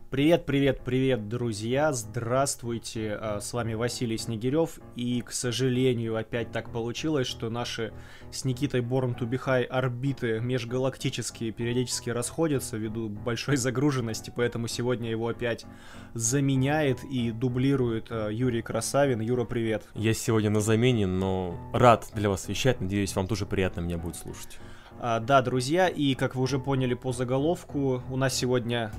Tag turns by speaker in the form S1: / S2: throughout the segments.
S1: Привет, привет, привет, друзья! Здравствуйте! С вами Василий Снегирев. И, к сожалению, опять так получилось, что наши с Никитой Born to be High орбиты межгалактические периодически расходятся ввиду большой загруженности, поэтому сегодня его опять заменяет и дублирует Юрий Красавин. Юра, привет!
S2: Я сегодня на замене, но рад для вас вещать. Надеюсь, вам тоже приятно меня будет слушать.
S1: Да, друзья, и как вы уже поняли по заголовку, у нас сегодня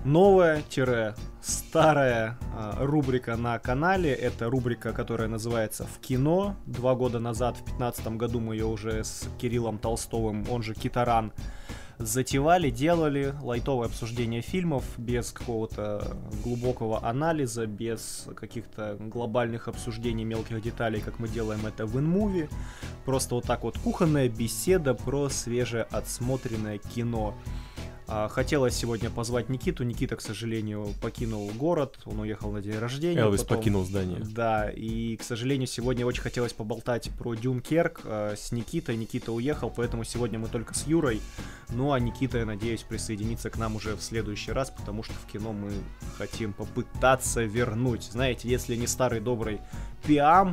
S1: новая-старая рубрика на канале. Это рубрика, которая называется «В кино». 2 года назад, в 2015 году, мы ее уже с Кириллом Толстовым, он же Китаран, затевали, делали лайтовое обсуждение фильмов без какого-то глубокого анализа, без каких-то глобальных обсуждений мелких деталей, как мы делаем это в InMovie. Просто вот так вот кухонная беседа про свежеотсмотренное кино. Хотелось сегодня позвать Никиту. Никита, к сожалению, покинул город, он уехал на день рождения.
S2: Элвис покинул здание.
S1: Да, и, к сожалению, сегодня очень хотелось поболтать про Дюнкерк с Никитой. Никита уехал, поэтому сегодня мы только с Юрой. Ну, а Никита, я надеюсь, присоединится к нам уже в следующий раз, потому что в кино мы хотим попытаться вернуть. Знаете, если не старый добрый Пиам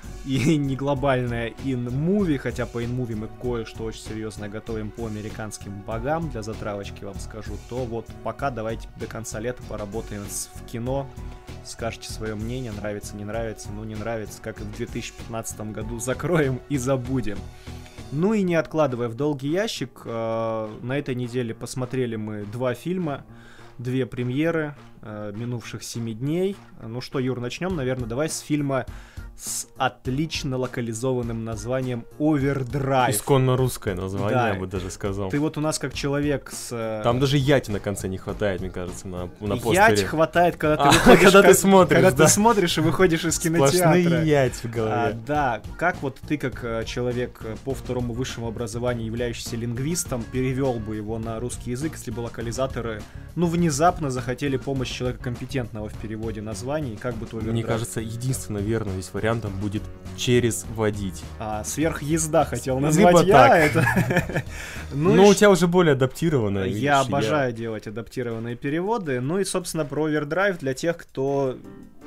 S1: и не глобальная InMovie, хотя по InMovie мы кое-что очень серьезно готовим по американским богам, для затравочки вам скажу, то вот пока давайте до конца лета поработаем в кино, скажете свое мнение, нравится, не нравится, ну не нравится, как и в 2015 году, закроем и забудем. Ну и не откладывая в долгий ящик, на этой неделе посмотрели мы 2 фильма, 2 премьеры минувших 7 дней. Ну что, Юр, начнем, наверное, давай с фильма с отлично локализованным названием «Овердрайв».
S2: Исконно русское название,
S1: да.
S2: Я бы даже сказал.
S1: Ты вот у нас как человек с...
S2: Там даже яти на конце не хватает, мне кажется, на постере.
S1: Ять хватает, когда ты выходишь...
S2: Когда ты смотришь,
S1: когда
S2: да.
S1: ты смотришь и выходишь из кинотеатра.
S2: Сплошные ять в голове.
S1: Да, как вот ты, как человек по второму высшему образованию, являющийся лингвистом, перевел бы его на русский язык, если бы локализаторы, ну, внезапно захотели помощь человека компетентного в переводе названий, как бы то
S2: Мне кажется, единственно верным здесь вариантом будет «через водить».
S1: Сверхъезда хотел назвать
S2: либо
S1: я.
S2: так.
S1: Это...
S2: Ну, у тебя уже более адаптированное.
S1: Я обожаю делать адаптированные переводы. Ну и, собственно, про Овердрайв для тех, кто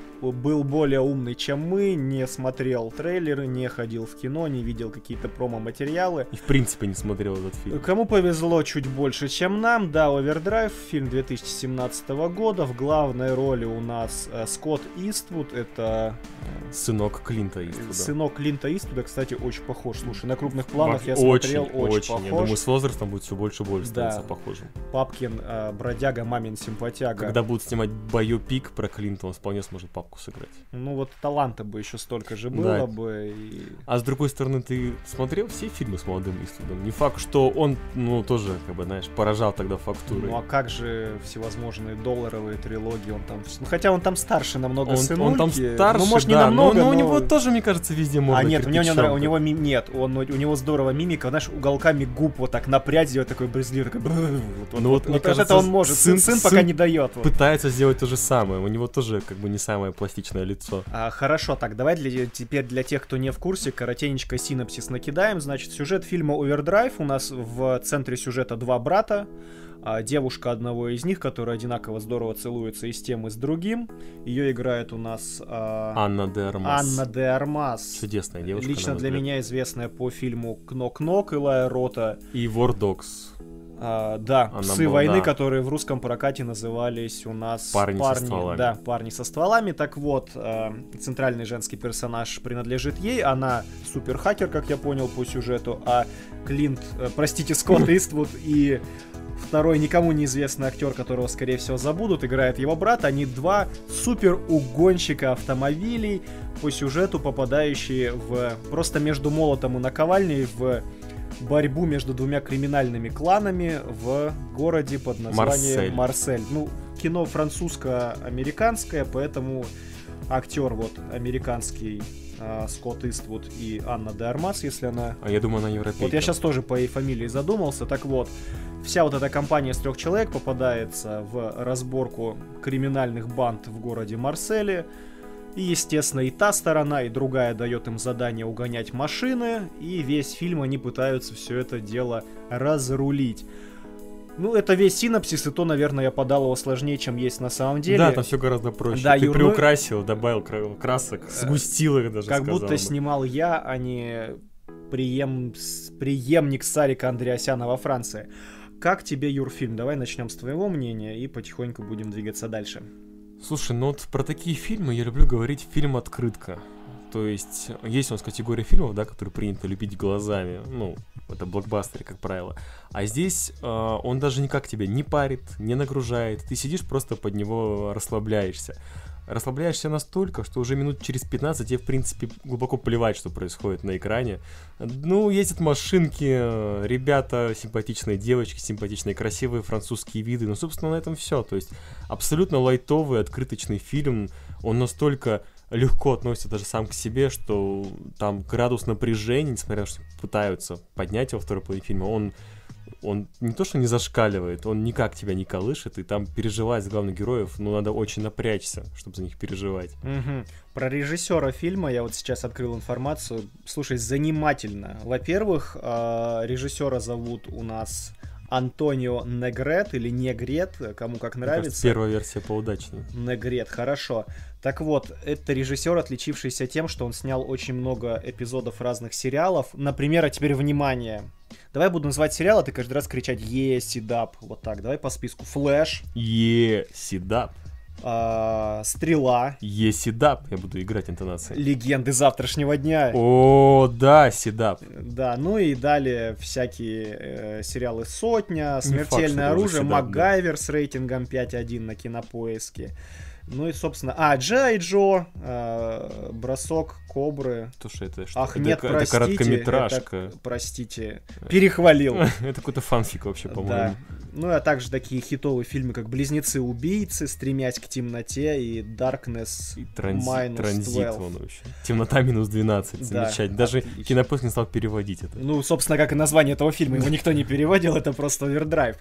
S1: был более умный, чем мы, не смотрел трейлеры, не ходил в кино, не видел какие-то промо-материалы.
S2: И в принципе не смотрел этот фильм.
S1: Кому повезло чуть больше, чем нам. Да, Овердрайв, фильм 2017 года. В главной роли у нас Скотт Иствуд. Это...
S2: Сынок Клинта Иствуда.
S1: Сынок Клинта Иствуда, кстати, очень похож. Слушай, на крупных планах я смотрел, очень похож.
S2: Я думаю, с возрастом будет все больше и больше становиться похожим.
S1: Папкин бродяга, мамин симпатяга.
S2: Когда будут снимать байопик про Клинта, он вполне сможет папку сыграть.
S1: Ну вот таланта бы еще столько же было бы. И...
S2: А с другой стороны, ты смотрел все фильмы с молодым Иствудом? Не факт, что он, ну, тоже, как бы, знаешь, поражал тогда фактурой.
S1: Ну а как же всевозможные долларовые трилогии, он там... Ну хотя он там старше намного сынульки.
S2: Он там старше,
S1: ну, может,
S2: да,
S1: не намного,
S2: но у него тоже, мне кажется, везде морда
S1: нет, у него
S2: нет,
S1: у него здорово мимика, знаешь, уголками губ вот так напрядь делать, такой брезгливый, такой...
S2: Ну вот, мне кажется,
S1: это он может, сын пока не дает.
S2: Пытается сделать то же самое, у него тоже, как бы, не самое пластичное лицо.
S1: Хорошо, так, давай теперь для тех, кто не в курсе, коротенечко синопсис накидаем. Значит, сюжет фильма «Овердрайв». У нас в центре сюжета 2 брата. Девушка одного из них, которая одинаково здорово целуется и с тем, и с другим. Ее играет у нас...
S2: Анна де Армас. Чудесная девушка.
S1: Лично для меня известная по фильму «Кнок-Нок» Илая Рота.
S2: И «War Dogs».
S1: Да, «Псы войны», которые в русском прокате назывались у нас
S2: парни со стволами.
S1: Да, парни со стволами. Так вот, центральный женский персонаж принадлежит ей. Она суперхакер, как я понял по сюжету. А Скотт Иствуд и второй никому неизвестный актер, которого, скорее всего, забудут, играет его брат. Они 2 супер-угонщика автомобилей, по сюжету попадающие просто между молотом и наковальней в борьбу между 2 криминальными кланами в городе под названием Марсель. Ну, кино французско-американское, поэтому актер вот американский Скотт Иствуд и Анна де Армас, если она...
S2: А я думаю, она европейка.
S1: Вот я сейчас тоже по ей фамилии задумался. Так вот, вся вот эта компания из 3 человек попадается в разборку криминальных банд в городе Марселе. И, естественно, и та сторона, и другая дает им задание угонять машины. И весь фильм они пытаются все это дело разрулить. Ну, это весь синопсис, и то, наверное, я подал его сложнее, чем есть на самом деле.
S2: Да, там все гораздо проще.
S1: Да,
S2: ты
S1: Юр,
S2: приукрасил, добавил красок, сгустил их даже,
S1: как
S2: сказал
S1: будто
S2: бы.
S1: снимал я, а не преемник Сарика Андреасяна во Франции. Как тебе, Юр, фильм? Давай начнем с твоего мнения и потихоньку будем двигаться дальше.
S2: Слушай, ну вот про такие фильмы я люблю говорить фильм «Открытка». То есть у нас категория фильмов, да, которые принято любить глазами. Ну, это блокбастеры, как правило. А здесь он даже никак тебя не парит, не нагружает. Ты сидишь, просто под него расслабляешься. Расслабляешься настолько, что уже минут через 15 тебе, в принципе, глубоко плевать, что происходит на экране. Ну, ездят машинки, ребята, симпатичные девочки, симпатичные, красивые французские виды. Ну, собственно, на этом все. То есть абсолютно лайтовый, открыточный фильм. Он настолько легко относится даже сам к себе, что там градус напряжения, несмотря на то, что пытаются поднять его второй половине фильма, он не то что не зашкаливает, он никак тебя не колышет, и там переживать за главных героев, ну, надо очень напрячься, чтобы за них переживать.
S1: Угу. Про режиссера фильма я вот сейчас открыл информацию. Слушай, занимательно. Во-первых, режиссера зовут у нас Антонио Негрет или Негрет, кому как нравится.
S2: Кажется, первая версия поудачнее.
S1: Негрет, хорошо. Так вот, это режиссер, отличившийся тем, что он снял очень много эпизодов разных сериалов. Например, а теперь внимание. Давай я буду называть сериал, а ты каждый раз кричать «Сидап». Вот так, давай по списку. «Флэш».
S2: Сидап.
S1: «Стрела».
S2: Сидап. Я буду играть интонацией.
S1: «Легенды завтрашнего дня».
S2: О, да, Сидап.
S1: Да, ну и далее всякие сериалы «Сотня», «Смертельное оружие»,
S2: Седап,
S1: «МакГайвер» с рейтингом 5.1 на Кинопоиске. Ну и, собственно... Джай Джо, «Бросок Кобры».
S2: То, что это,
S1: Ах, нет,
S2: это
S1: простите.
S2: короткометражка.
S1: Простите, перехвалил.
S2: Это какой-то фанфик вообще, по-моему.
S1: Да. Ну, а также такие хитовые фильмы, как «Близнецы-убийцы», «Стремясь к темноте» и «Darkness
S2: Транзит,
S1: -12».
S2: он вообще. «Темнота минус 12», замечательно. Даже Кинопоиск не стал переводить это.
S1: Ну, собственно, как и название этого фильма. Его никто не переводил, это просто овердрайв.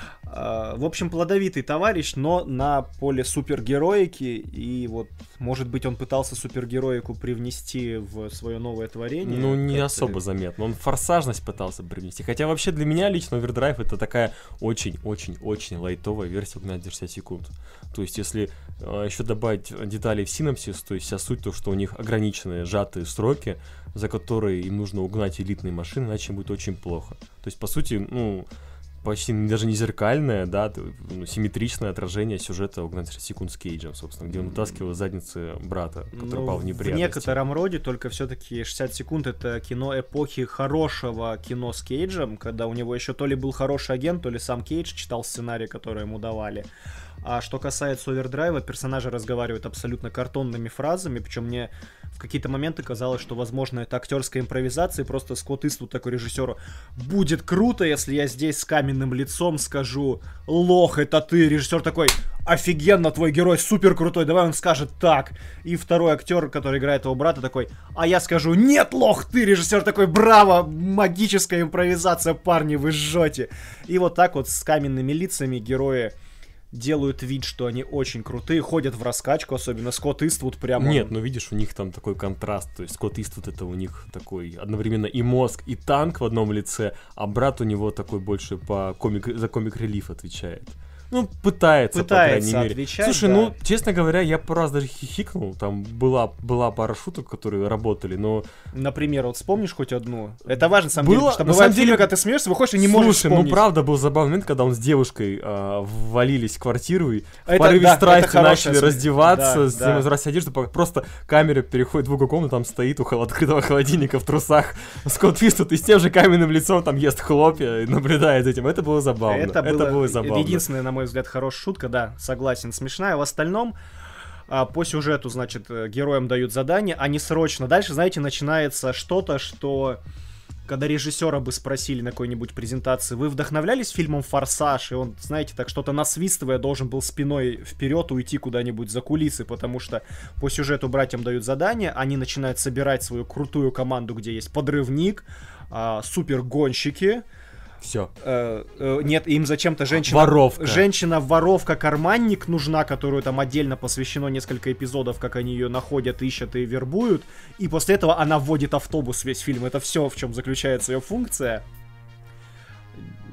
S1: В общем, плодовитый товарищ, но на поле супергероики, и вот, может быть, он пытался супергероику привнести в свое новое творение.
S2: Ну, не особо заметно. Он форсажность пытался привнести. Хотя вообще для меня лично овердрайв — это такая очень-очень-очень лайтовая версия «Угнать за 60 секунд». То есть, если еще добавить деталей в синопсис, то есть вся суть то, что у них ограниченные сжатые сроки, за которые им нужно угнать элитные машины, иначе будет очень плохо. То есть, по сути, ну, почти даже не зеркальное, да, симметричное отражение сюжета «Угнать за 60 секунд» с Кейджем, собственно, где он вытаскивал из задницы брата, который попал в неприятности.
S1: В некотором роде только все-таки 60 секунд — это кино эпохи хорошего кино с Кейджем, когда у него еще то ли был хороший агент, то ли сам Кейдж читал сценарий, который ему давали. А что касается овердрайва, персонажи разговаривают абсолютно картонными фразами, причем мне в какие-то моменты казалось, что, возможно, это актерская импровизация, и просто Скотт Иствуд такой режиссеру: будет круто, если я здесь с каменным лицом скажу «Лох, это ты!» Режиссер такой: офигенно, твой герой супер крутой, давай он скажет так. И второй актер, который играет его брата, такой: а я скажу «Нет, лох, ты!» Режиссер такой: браво, магическая импровизация, парни, вы жжете. И вот так вот с каменными лицами герои делают вид, что они очень крутые, ходят в раскачку, особенно Скотт Иствуд прямо...
S2: Нет, ну видишь, у них там такой контраст, то есть Скотт Иствуд — это у них такой одновременно и мозг, и танк в одном лице, а брат у него такой больше за комик-релиф отвечает. Ну, пытается, по крайней мере.
S1: Отвечать,
S2: слушай,
S1: да.
S2: Ну, честно говоря, я пару раз даже хихикнул, там была пара шуток, которые работали, но...
S1: Например, вот вспомнишь хоть одну? Это важно, на самом деле,
S2: Было,
S1: потому что
S2: на
S1: бывает
S2: самом деле,
S1: фильмы, когда ты смеешься, выходишь и не можешь
S2: Слушай,
S1: вспомнить.
S2: ну правда был забавный момент, когда он с девушкой ввалились в квартиру и в
S1: Это-
S2: порыве
S1: да,
S2: страсти
S1: это хорошая
S2: начали
S1: смесь.
S2: раздеваться,
S1: Да, да.
S2: возвращать одежду, просто камера переходит в угол комнаты, там стоит около открытого холодильника в трусах Скотт Иствуд и с тем же каменным лицом там ест хлопья и наблюдает за этим. Это было забавно.
S1: Это было
S2: забавно.
S1: единственная, на мой взгляд, хорошая шутка, да, согласен, смешная. В остальном, по сюжету, значит, героям дают задание, они срочно. Дальше, знаете, начинается что-то, что... Когда режиссера бы спросили на какой-нибудь презентации: вы вдохновлялись фильмом «Форсаж», и он, знаете, так что-то насвистывая должен был спиной вперед уйти куда-нибудь за кулисы, потому что по сюжету братьям дают задание, они начинают собирать свою крутую команду, где есть подрывник, супергонщики.
S2: Все.
S1: Нет, им зачем-то женщина...
S2: Воровка.
S1: Женщина-воровка, карманник нужна, которую там отдельно посвящено несколько эпизодов, как они ее находят, ищут и вербуют. И после этого она вводит автобус весь фильм. Это все, в чем заключается ее функция.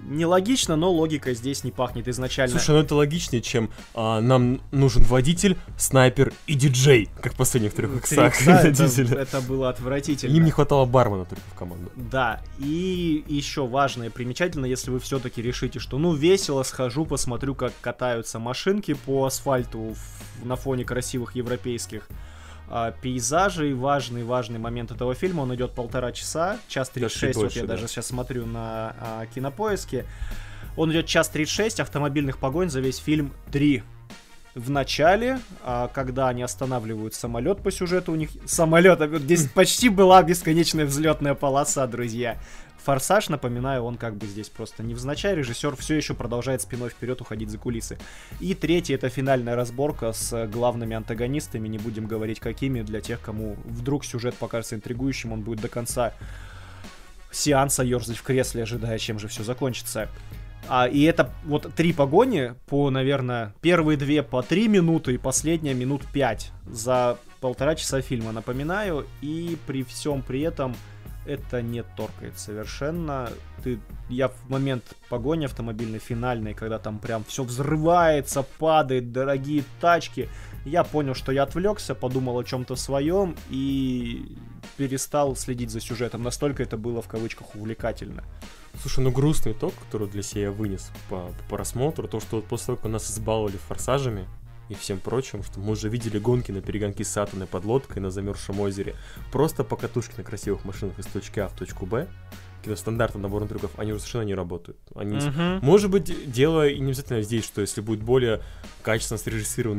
S1: нелогично, но логика здесь не пахнет изначально.
S2: Слушай, ну это логичнее, чем нам нужен водитель, снайпер и диджей, как в последних 3 иксах.
S1: Это было отвратительно.
S2: Им не хватало бармена только в команду.
S1: Да, и еще важное, примечательно, если вы все-таки решите, что ну весело, схожу, посмотрю, как катаются машинки по асфальту на фоне красивых европейских пейзажей. Важный момент этого фильма, он идет 1,5 часа, час 36, вот я даже сейчас смотрю на Кинопоиске. Он идет час 36, автомобильных погонь за весь фильм 3. В начале, когда они останавливают самолет по сюжету, у них самолет, здесь почти была бесконечная взлетная полоса, друзья. «Форсаж», напоминаю, он как бы здесь просто невзначай, режиссер все еще продолжает спиной вперед уходить за кулисы. И третий — это финальная разборка с главными антагонистами, не будем говорить какими, для тех, кому вдруг сюжет покажется интригующим, он будет до конца сеанса ерзать в кресле, ожидая, чем же все закончится. И это вот 3 погони по, наверное, первые 2 по 3 минуты и последняя минут 5 за 1,5 часа фильма, напоминаю, и при всем при этом это не торкает совершенно. Я в момент погони автомобильной финальной, когда там прям все взрывается, падает, дорогие тачки, я понял, что я отвлекся, подумал о чем-то своем и перестал следить за сюжетом. Настолько это было в кавычках увлекательно.
S2: Слушай, ну грустный итог, который для себя я вынес по просмотру, то, что вот после того, как нас избаловали форсажами и всем прочим, что мы уже видели гонки на перегонки с атомной подлодкой на замерзшем озере, просто покатушки на красивых машинах из точки А в точку Б, какие-то стандартные наборы трюков, они уже совершенно не работают. Они... Может быть, дело и не обязательно здесь, что если будет более качественно срежиссированный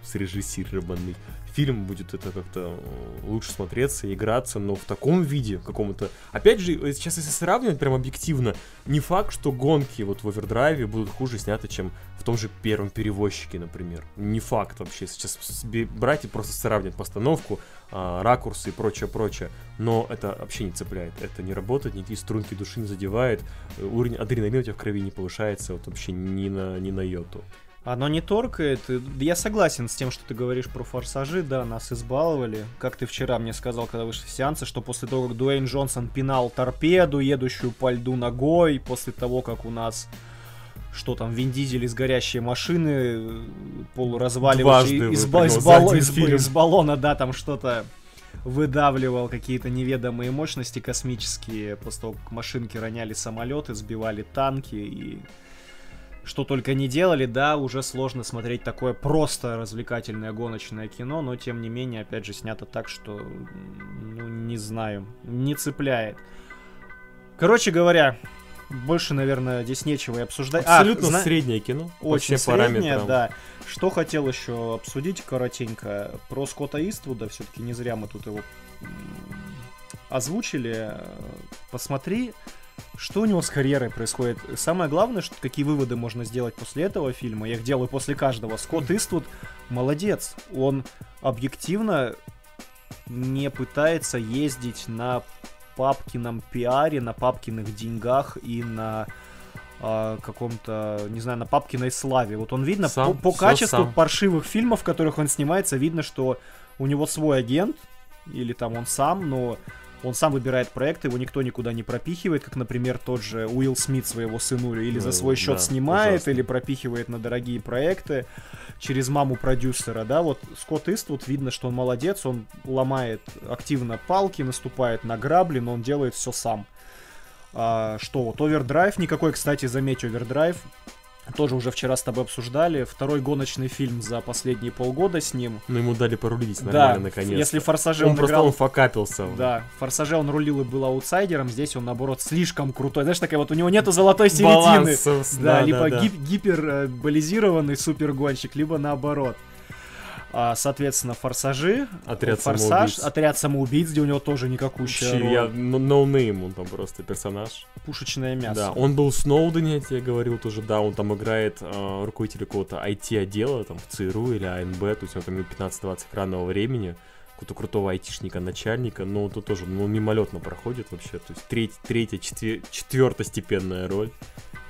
S2: фильм, будет это как-то лучше смотреться, играться, но в таком виде какому-то... Опять же, сейчас если сравнивать прям объективно, не факт, что гонки вот в овердрайве будут хуже сняты, чем в том же «Первом перевозчике», например. Не факт вообще. Сейчас брать и просто сравнивать постановку, ракурсы и прочее. Но это вообще не цепляет. Это не работает, никакие струнки души не задевает. Уровень адреналина у тебя в крови не повышается вот вообще ни на йоту.
S1: Оно не торкает. Я согласен с тем, что ты говоришь про форсажи. Да, нас избаловали. Как ты вчера мне сказал, когда вышли сеансы, что после того, как Дуэйн Джонсон пинал торпеду, едущую по льду ногой, после того, как у нас... Что там, Вин Дизель из горящей машины, полуразваливающий из баллона, да, там что-то выдавливал, какие-то неведомые мощности космические, после того, как машинки роняли самолеты, сбивали танки и что только не делали, да, уже сложно смотреть такое просто развлекательное гоночное кино, но тем не менее, опять же, снято так, что, ну, не знаю, не цепляет. Короче говоря... Больше, наверное, здесь нечего и обсуждать.
S2: Абсолютно среднее кино.
S1: Очень среднее, да. Что хотел еще обсудить коротенько. Про Скотта Иствуда. Все-таки не зря мы тут его озвучили. Посмотри, что у него с карьерой происходит. Самое главное, что какие выводы можно сделать после этого фильма. Я их делаю после каждого. Скотт Иствуд молодец. Он объективно не пытается ездить на папкином пиаре, на папкиных деньгах и на каком-то, не знаю, на папкиной славе. Вот он видно по качеству паршивых фильмов, в которых он снимается, видно, что у него свой агент, или там он сам, но он сам выбирает проекты, его никто никуда не пропихивает, как, например, тот же Уилл Смит своего сынулю или за свой счет снимает, ужасно. Или пропихивает на дорогие проекты через маму продюсера, да, вот Скотт Иствуд, видно, что он молодец, он ломает активно палки, наступает на грабли, но он делает все сам. Что вот, Овердрайв, никакой, кстати, заметь, Овердрайв, тоже уже вчера с тобой обсуждали, второй гоночный фильм за последние полгода с ним.
S2: Ну, ему дали порулить нормально,
S1: да,
S2: наконец-то.
S1: Если в «Форсаже»
S2: он просто играл... факапился.
S1: Да, в «Форсаже» он рулил и был аутсайдером, здесь он, наоборот, слишком крутой. Знаешь, такая вот у него нету золотой середины. Да, либо гиперболизированный супергонщик, либо наоборот. Соответственно, «Форсажи», «Отряд самоубийц», где у него тоже никакущая роль.
S2: Ноунейм, он там просто персонаж.
S1: Пушечное мясо.
S2: Да, он был в Сноудене, я тебе говорил тоже, да, он там играет руководителя какого-то IT-отдела, там, в ЦРУ или АНБ, то есть он там 15-20 экранного времени, какого-то крутого айтишника, начальника, но тут тоже, мимолетно проходит вообще, то есть третья, четвертостепенная роль.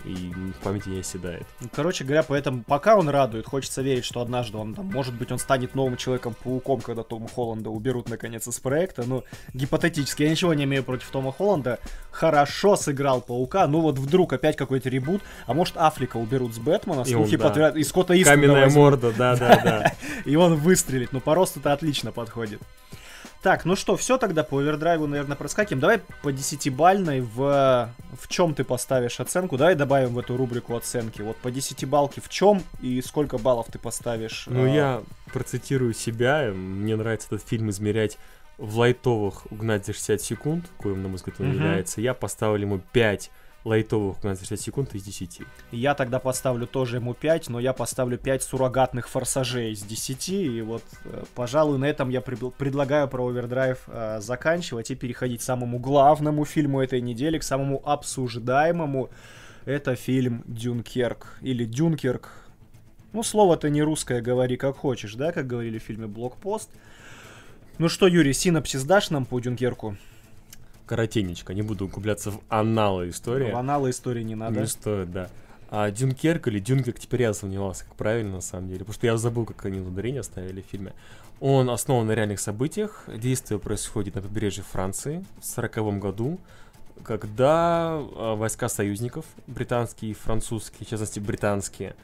S2: и в памяти не оседает.
S1: Короче говоря, поэтому пока он радует, хочется верить, что однажды он там, может быть, он станет новым Человеком-пауком, когда Тома Холланда уберут наконец из проекта. Ну, гипотетически, я ничего не имею против Тома Холланда. Хорошо сыграл Паука, ну вот вдруг опять какой-то ребут, а может Аффлека уберут с Бэтмена, слухи подтверждают, и Скотта Иствуда
S2: каменная морда, да.
S1: И он выстрелит, но по росту-то отлично подходит. Так, ну что, все тогда по овердрайву, наверное, проскакиваем. Давай по 10-бальной в чем ты поставишь оценку. Давай добавим в эту рубрику оценки. Вот по 10-балке в чем и сколько баллов ты поставишь?
S2: Ну, я процитирую себя. Мне нравится этот фильм измерять в лайтовых «Угнать за 60 секунд», коим, на мой взгляд, он является. Я поставил ему 5 лайтовых «Угнать за 60 секунд» из 10.
S1: Я тогда поставлю тоже ему 5, но я поставлю 5 суррогатных форсажей из 10. И вот, пожалуй, на этом я предлагаю про овердрайв заканчивать и переходить к самому главному фильму этой недели, к самому обсуждаемому. Это фильм «Дюнкерк» или «Дюнкерк». Ну, слово-то не русское, говори как хочешь, да, как говорили в фильме «Блокпост». Ну что, Юрий, синопсис дашь нам по «Дюнкерку»?
S2: Коротенечко, не буду углубляться в аналы истории.
S1: В аналы истории не надо.
S2: Не стоит, да. А Дюнкерк или Дюнкерк, теперь я сомневался, как правильно на самом деле, потому что я забыл, как они ударение ставили в фильме. Он основан на реальных событиях. Действие происходит на побережье Франции в 1940 году, когда войска союзников, британские и французские, в частности британские,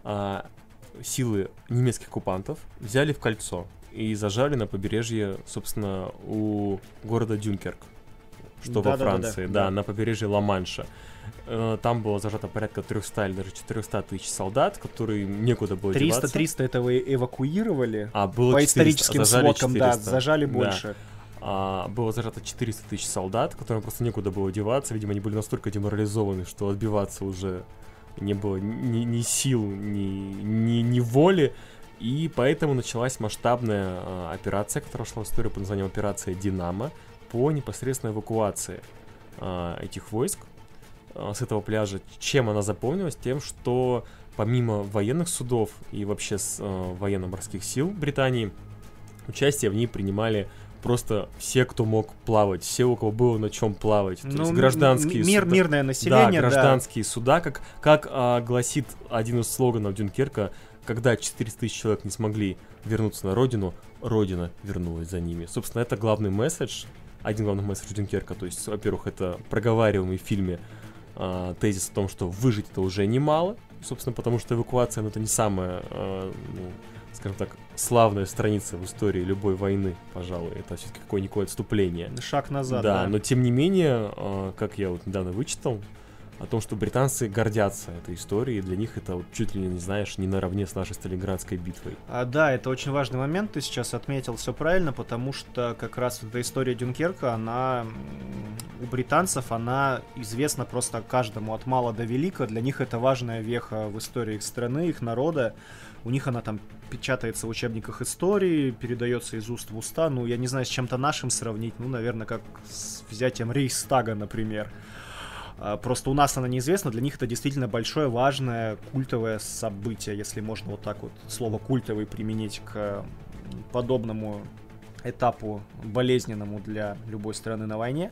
S2: силы немецких оккупантов взяли в кольцо и зажали на побережье, собственно, у города Дюнкерк, что во Франции, да, на побережье Ла-Манша. Там было зажато порядка 300 или даже 400 тысяч солдат, которые некуда было деваться.
S1: 300 этого эвакуировали.
S2: Было
S1: по
S2: 400,
S1: историческим сводкам,
S2: 400.
S1: да, зажали больше.
S2: Было зажато 400 тысяч солдат, которым просто некуда было деваться. Видимо, они были настолько деморализованы, что отбиваться уже не было ни сил, ни воли. И поэтому началась масштабная операция, которая шла в историю под названием «Операция Динамо», по непосредственной эвакуации этих войск с этого пляжа. Чем она запомнилась? Тем, что помимо военных судов и вообще с военно-морских сил Британии, участие в ней принимали просто все, кто мог плавать, все, у кого было на чем плавать. То есть гражданские суда.
S1: Мирное население,
S2: да. Гражданские суда, как гласит один из слоганов Дюнкерка, когда 400 тысяч человек не смогли вернуться на родину, родина вернулась за ними. Собственно, это главный месседж, один главный месседж Дюнкерка. То есть, во-первых, это проговариваемый в фильме тезис о том, что выжить это уже немало. Собственно, потому что эвакуация, это не самая, скажем так, славная страница в истории любой войны, пожалуй. Это все-таки какое-никакое отступление.
S1: Шаг назад,
S2: да. Но тем не менее, как я вот недавно вычитал, о том, что британцы гордятся этой историей, и для них это вот чуть ли не, знаешь, не наравне с нашей Сталинградской битвой.
S1: Да, это очень важный момент, ты сейчас отметил все правильно, потому что как раз эта история Дюнкерка, она у британцев, она известна просто каждому от мала до велика, для них это важная веха в истории их страны, их народа, у них она там печатается в учебниках истории, передается из уст в уста, ну, я не знаю, с чем-то нашим сравнить, ну, наверное, как с взятием Рейхстага, например. Просто у нас она неизвестна, для них это действительно большое, важное, культовое событие, если можно вот так вот слово «культовый» применить к подобному этапу болезненному для любой страны на войне.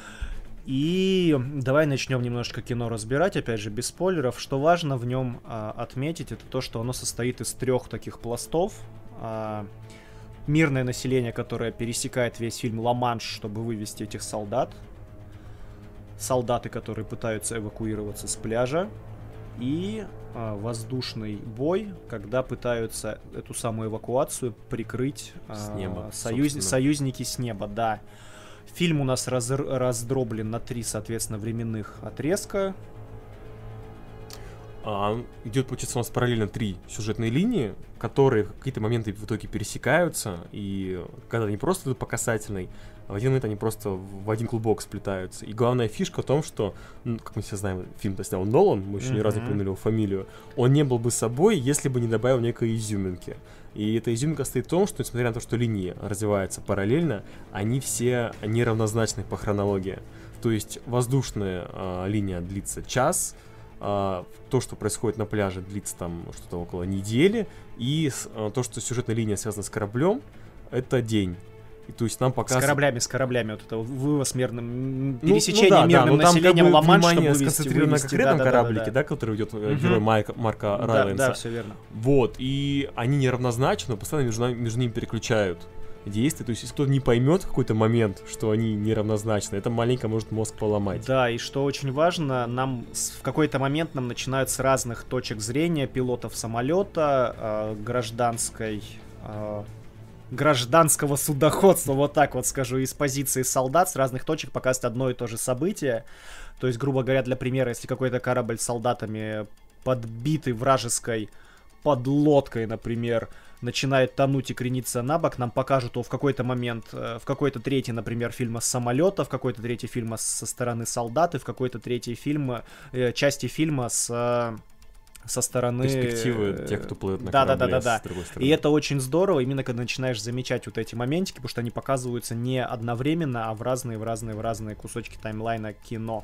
S1: И давай начнем немножечко кино разбирать, опять же, без спойлеров. Что важно в нем отметить, это то, что оно состоит из 3 таких пластов. Мирное население, которое пересекает весь фильм Ла-Манш, чтобы вывести этих солдат. Солдаты, которые пытаются эвакуироваться с пляжа, и воздушный бой, когда пытаются эту самую эвакуацию прикрыть
S2: с неба,
S1: союзники с неба, да. Фильм у нас раздроблен на 3, соответственно, временных отрезка.
S2: Идет, получается, у нас параллельно 3 сюжетные линии, которые в какие-то моменты в итоге пересекаются, и когда они просто идут по касательной, а в один момент они просто в один клубок сплетаются. И главная фишка в том, что, как мы все знаем, фильм-то снял Нолан, мы еще ни разу не упомянули его фамилию, он не был бы собой, если бы не добавил некой изюминки. И эта изюминка стоит в том, что, несмотря на то, что линии развиваются параллельно, они все неравнозначны по хронологии. То есть воздушная линия длится час, то, что происходит на пляже, длится там что-то около недели, и то, что сюжетная линия связана с кораблем, это день. И, то есть нам показывают...
S1: С кораблями, вот это вывоз мирным, пересечение мирным
S2: там
S1: населением
S2: как бы
S1: Ла-Манш,
S2: внимание
S1: чтобы
S2: сконцентрировано на конкретном кораблике, да, который идет герой Марка Райленса.
S1: Да, все верно.
S2: Вот, и они неравнозначны, но постоянно между ними переключают действия. То есть, если кто-то не поймет в какой-то момент, что они неравнозначны, это маленько может мозг поломать.
S1: Да, и что очень важно, нам в какой-то момент нам начинают с разных точек зрения пилотов самолета, гражданского судоходства, вот так вот скажу, из позиции солдат с разных точек показывать одно и то же событие. То есть, грубо говоря, для примера, если какой-то корабль с солдатами, подбитый вражеской подлодкой, например, начинает тонуть и крениться на бок, нам покажут его в какой-то момент, в какой-то третий, например, фильма с самолета, в какой-то третий фильма со стороны солдат, и в какой-то третий фильм, части фильма со стороны...
S2: Перспективы тех, кто плывет на корабле с другой стороны.
S1: И это очень здорово, именно когда начинаешь замечать вот эти моментики, потому что они показываются не одновременно, а в разные кусочки таймлайна кино.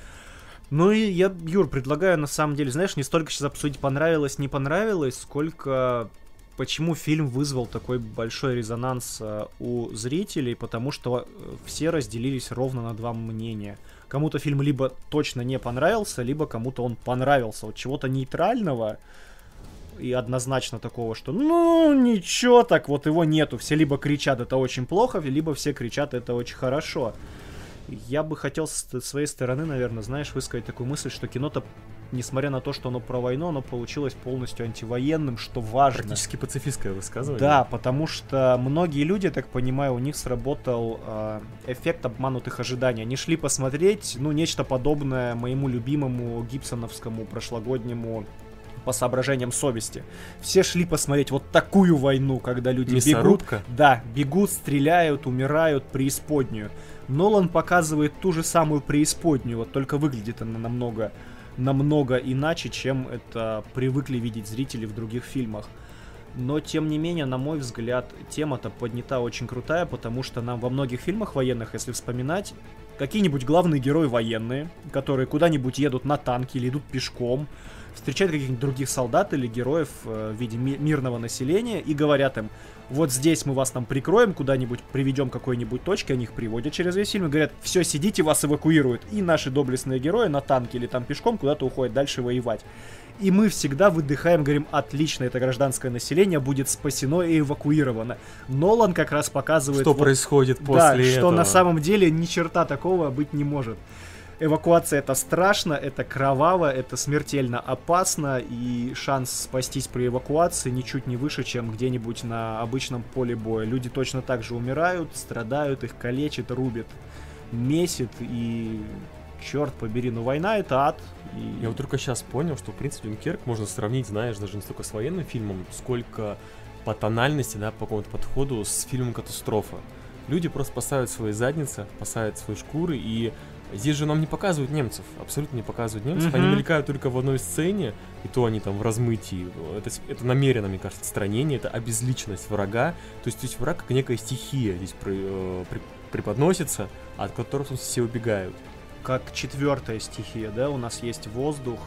S1: Ну и я, Юр, предлагаю, на самом деле, знаешь, не столько сейчас обсудить понравилось, не понравилось, сколько почему фильм вызвал такой большой резонанс у зрителей, потому что все разделились ровно на два мнения. Кому-то фильм либо точно не понравился, либо кому-то он понравился. Вот чего-то нейтрального и однозначно такого, что ну ничего, так вот его нету. Все либо кричат это очень плохо, либо все кричат это очень хорошо. Я бы хотел с своей стороны, наверное, знаешь, высказать такую мысль, что кино-то, несмотря на то, что оно про войну, оно получилось полностью антивоенным, что важно.
S2: Практически пацифистское высказывание.
S1: Да, потому что многие люди, я так понимаю, у них сработал эффект обманутых ожиданий. Они шли посмотреть, ну, нечто подобное моему любимому гибсоновскому прошлогоднему по соображениям совести. Все шли посмотреть вот такую войну, когда люди
S2: Мясорубка?
S1: бегут. Да, бегут, стреляют, умирают, преисподнюю. Нолан показывает ту же самую преисподнюю, вот только выглядит она намного иначе, чем это привыкли видеть зрители в других фильмах. Но, тем не менее, на мой взгляд, тема-то поднята очень крутая, потому что нам во многих фильмах военных, если вспоминать, какие-нибудь главные герои военные, которые куда-нибудь едут на танке или идут пешком, встречают каких-нибудь других солдат или героев в виде мирного населения и говорят им: вот здесь мы вас там прикроем, куда-нибудь приведем к какой-нибудь точке, они их приводят через весь фильм и говорят: все, сидите, вас эвакуируют. И наши доблестные герои на танке или там пешком куда-то уходят дальше воевать. И мы всегда выдыхаем, говорим: отлично, это гражданское население будет спасено и эвакуировано. Нолан как раз показывает...
S2: Что происходит после этого.
S1: Что на самом деле ни черта такого быть не может. Эвакуация — это страшно, это кроваво, это смертельно опасно, и шанс спастись при эвакуации ничуть не выше, чем где-нибудь на обычном поле боя. Люди точно так же умирают, страдают, их калечит, рубит, месит, и черт побери, ну война — это ад. И...
S2: Я вот только сейчас понял, что, в принципе, Дюнкерк можно сравнить, знаешь, даже не столько с военным фильмом, сколько по тональности, да, по какому-то подходу с фильмом «Катастрофа». Люди просто спасают свои задницы, спасают свои шкуры, и здесь же нам не показывают немцев, абсолютно не показывают немцев, они мелькают только в одной сцене, и то они там в размытии. Это намеренно, мне кажется, отстранение, это обезличенность врага, то есть враг как некая стихия здесь преподносится, от которой все убегают.
S1: Как четвертая стихия, да, у нас есть воздух,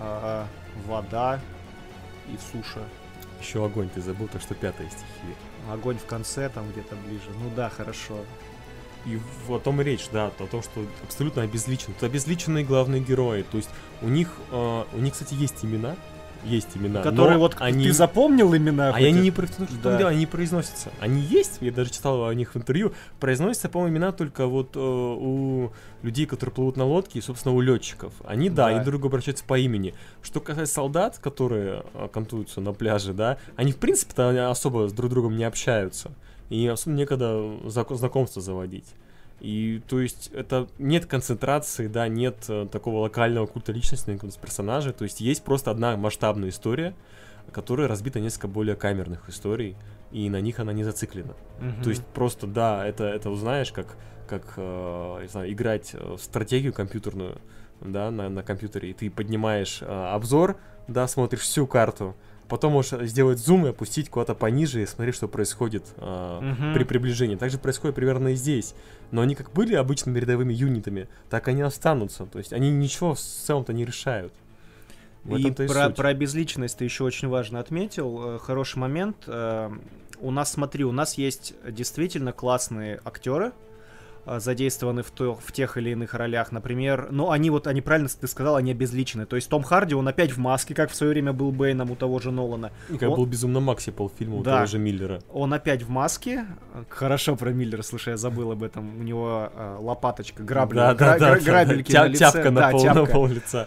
S1: вода и суша.
S2: Еще огонь, ты забыл, то что пятая стихия.
S1: Огонь в конце, там где-то ближе. Ну да, хорошо.
S2: И о том и речь, да, о том, что абсолютно обезличены. Это обезличенные главные герои. То есть у них, кстати, есть имена,
S1: которые вот
S2: они...
S1: Ты запомнил имена?
S2: А они не они не произносятся. Они есть, я даже читал о них в интервью, произносятся, по-моему, имена только вот у людей, которые плывут на лодке, и, собственно, у летчиков. Они, да, они друг друга обращаются по имени. Что касается солдат, которые кантуются на пляже, да, они, в принципе-то, особо с друг другом не общаются. И особенно некогда знакомство заводить. И, то есть, это нет концентрации, да, нет такого локального культа личности на каком-то персонаже. То есть, есть просто одна масштабная история, которая разбита на несколько более камерных историй, и на них она не зациклена. То есть, просто, да, это узнаешь, как не знаю, играть в стратегию компьютерную, да, на компьютере, и ты поднимаешь обзор, да, смотришь всю карту, потом можешь сделать зум и опустить куда-то пониже и смотреть, что происходит при приближении. Так же происходит примерно и здесь. Но они как были обычными рядовыми юнитами, так они останутся. То есть они ничего в целом-то не решают.
S1: И про безличность ты еще очень важно отметил. Хороший момент. у нас, смотри, у нас есть действительно классные актеры, задействованы в тех или иных ролях, например, ну, они правильно ты сказал, они обезличены, то есть Том Харди, он опять в маске, как в свое время был Бэйном у того же Нолана.
S2: И как был Безумно Макси полфильма у
S1: да,
S2: того же Миллера.
S1: Он опять в маске, хорошо про Миллера, слушай, я забыл об этом, у него лопаточка, грабельки на лице.
S2: Тяпка на пол лица.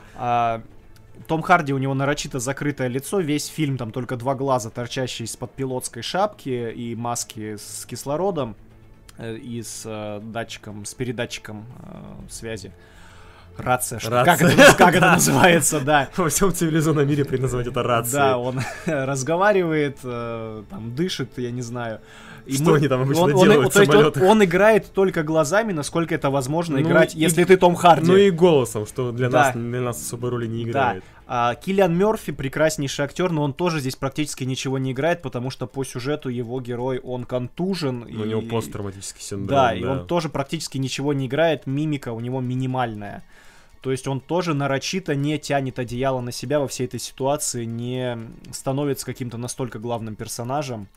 S1: Том Харди, у него нарочито закрытое лицо, весь фильм там только 2 глаза, торчащие из-под пилотской шапки и маски с кислородом и с датчиком, с передатчиком связи. Рация, что? Как это называется, да.
S2: Во всем цивилизованном мире принято называть это рацией.
S1: Да, он разговаривает, там, дышит, я не знаю.
S2: Что они там обычно делают в самолетах?
S1: Он играет только глазами, насколько это возможно играть, если ты Том Харди.
S2: Ну и голосом, что для нас особой роли не играет.
S1: Киллиан Мёрфи прекраснейший актер, но он тоже здесь практически ничего не играет, потому что по сюжету его герой, он контужен.
S2: У него посттравматический синдром.
S1: Да, и он тоже практически ничего не играет, мимика у него минимальная. То есть он тоже нарочито не тянет одеяло на себя во всей этой ситуации, не становится каким-то настолько главным персонажем.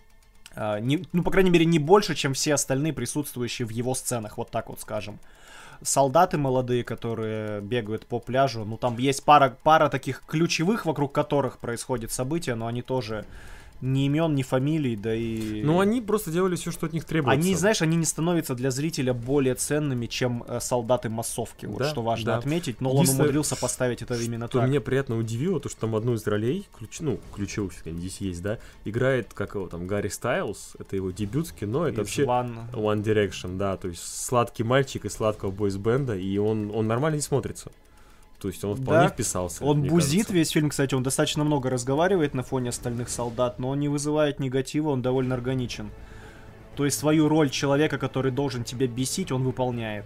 S1: Ну, по крайней мере, не больше, чем все остальные присутствующие в его сценах, вот так вот скажем. Солдаты молодые, которые бегают по пляжу, ну, там есть пара таких ключевых, вокруг которых происходит события, но они тоже ни имен, ни фамилий, да и...
S2: Ну, они просто делали все, что от них требуется.
S1: Они, знаешь, они не становятся для зрителя более ценными, чем солдаты массовки, вот что важно отметить, но он умудрился поставить это именно так.
S2: Меня приятно удивило, то, что там одну из ролей, ключевых, здесь есть, да, играет, как его там, Гарри Стайлз, это его дебют в кино, это вообще One Direction, да, то есть сладкий мальчик из сладкого бойсбенда, и он нормально не смотрится. То есть он вполне вписался.
S1: Он бузит весь фильм, кстати, он достаточно много разговаривает на фоне остальных солдат, но он не вызывает негатива, он довольно органичен. То есть свою роль человека, который должен тебя бесить, он выполняет.